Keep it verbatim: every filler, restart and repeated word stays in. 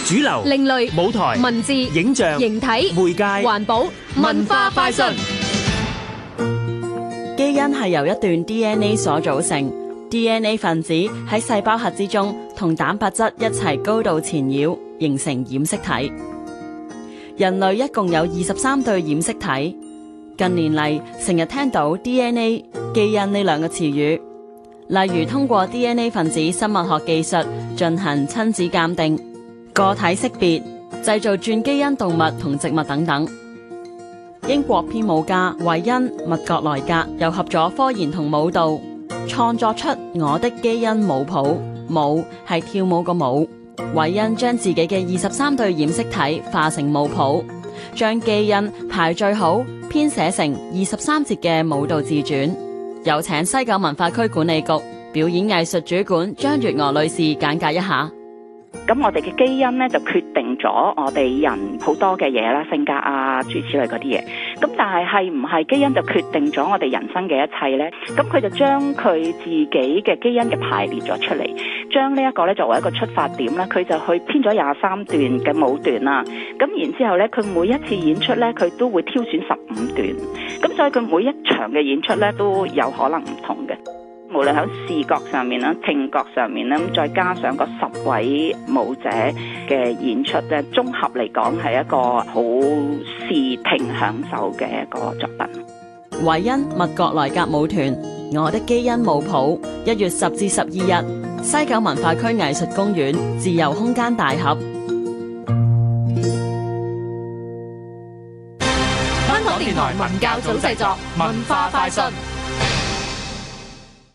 主流、 另類、 舞台、 文字、 影像、 形體、 媒介、 環保、文化快訊。 基因係由一段 D N A 所組成 ，D N A 分子喺細胞核之中同蛋白質一齊高度纏繞，形成染色體。人類一共有二十三對染色體。近年嚟，成日聽到 D N A 基因呢兩個詞語，例如通過 D N A 分子生物學技術進行親子鑑定、個體識別、製造轉基因動物同植物等等。英國編舞家韋恩·麥格萊格又合咗科研同舞蹈，創作出《我的基因舞譜》，舞係跳舞個舞。韋恩將自己嘅二十三對染色體化成舞譜，將基因排序好，編寫成二十三節嘅舞蹈自傳。有請西九文化區管理局表演藝術主管張月娥女士簡介一下。 咁我哋嘅基因咧就決定咗我哋人好多嘅嘢啦，性格啊諸如此類嗰啲嘢。咁但係係唔係基因就決定咗我哋人生嘅一切呢？咁佢就將佢自己嘅基因嘅排列咗出嚟，將呢一個咧作為一個出發點咧，佢就去編咗廿三段嘅舞段啦。咁然之後咧，佢每一次演出咧，佢都會挑選十五段。咁所以佢每一場嘅演出咧都有可能唔同嘅。無論喺視覺上面啦、聽覺上面啦，咁再加上個十位舞者嘅演出咧，綜合嚟講係一個好視聽享受嘅一個作品。 韋恩麥格萊格舞團《我的基因舞譜》，一月十至十二日，西九文化區藝術公園自由空間大盒。 香港電台文教組製作，文化快訊。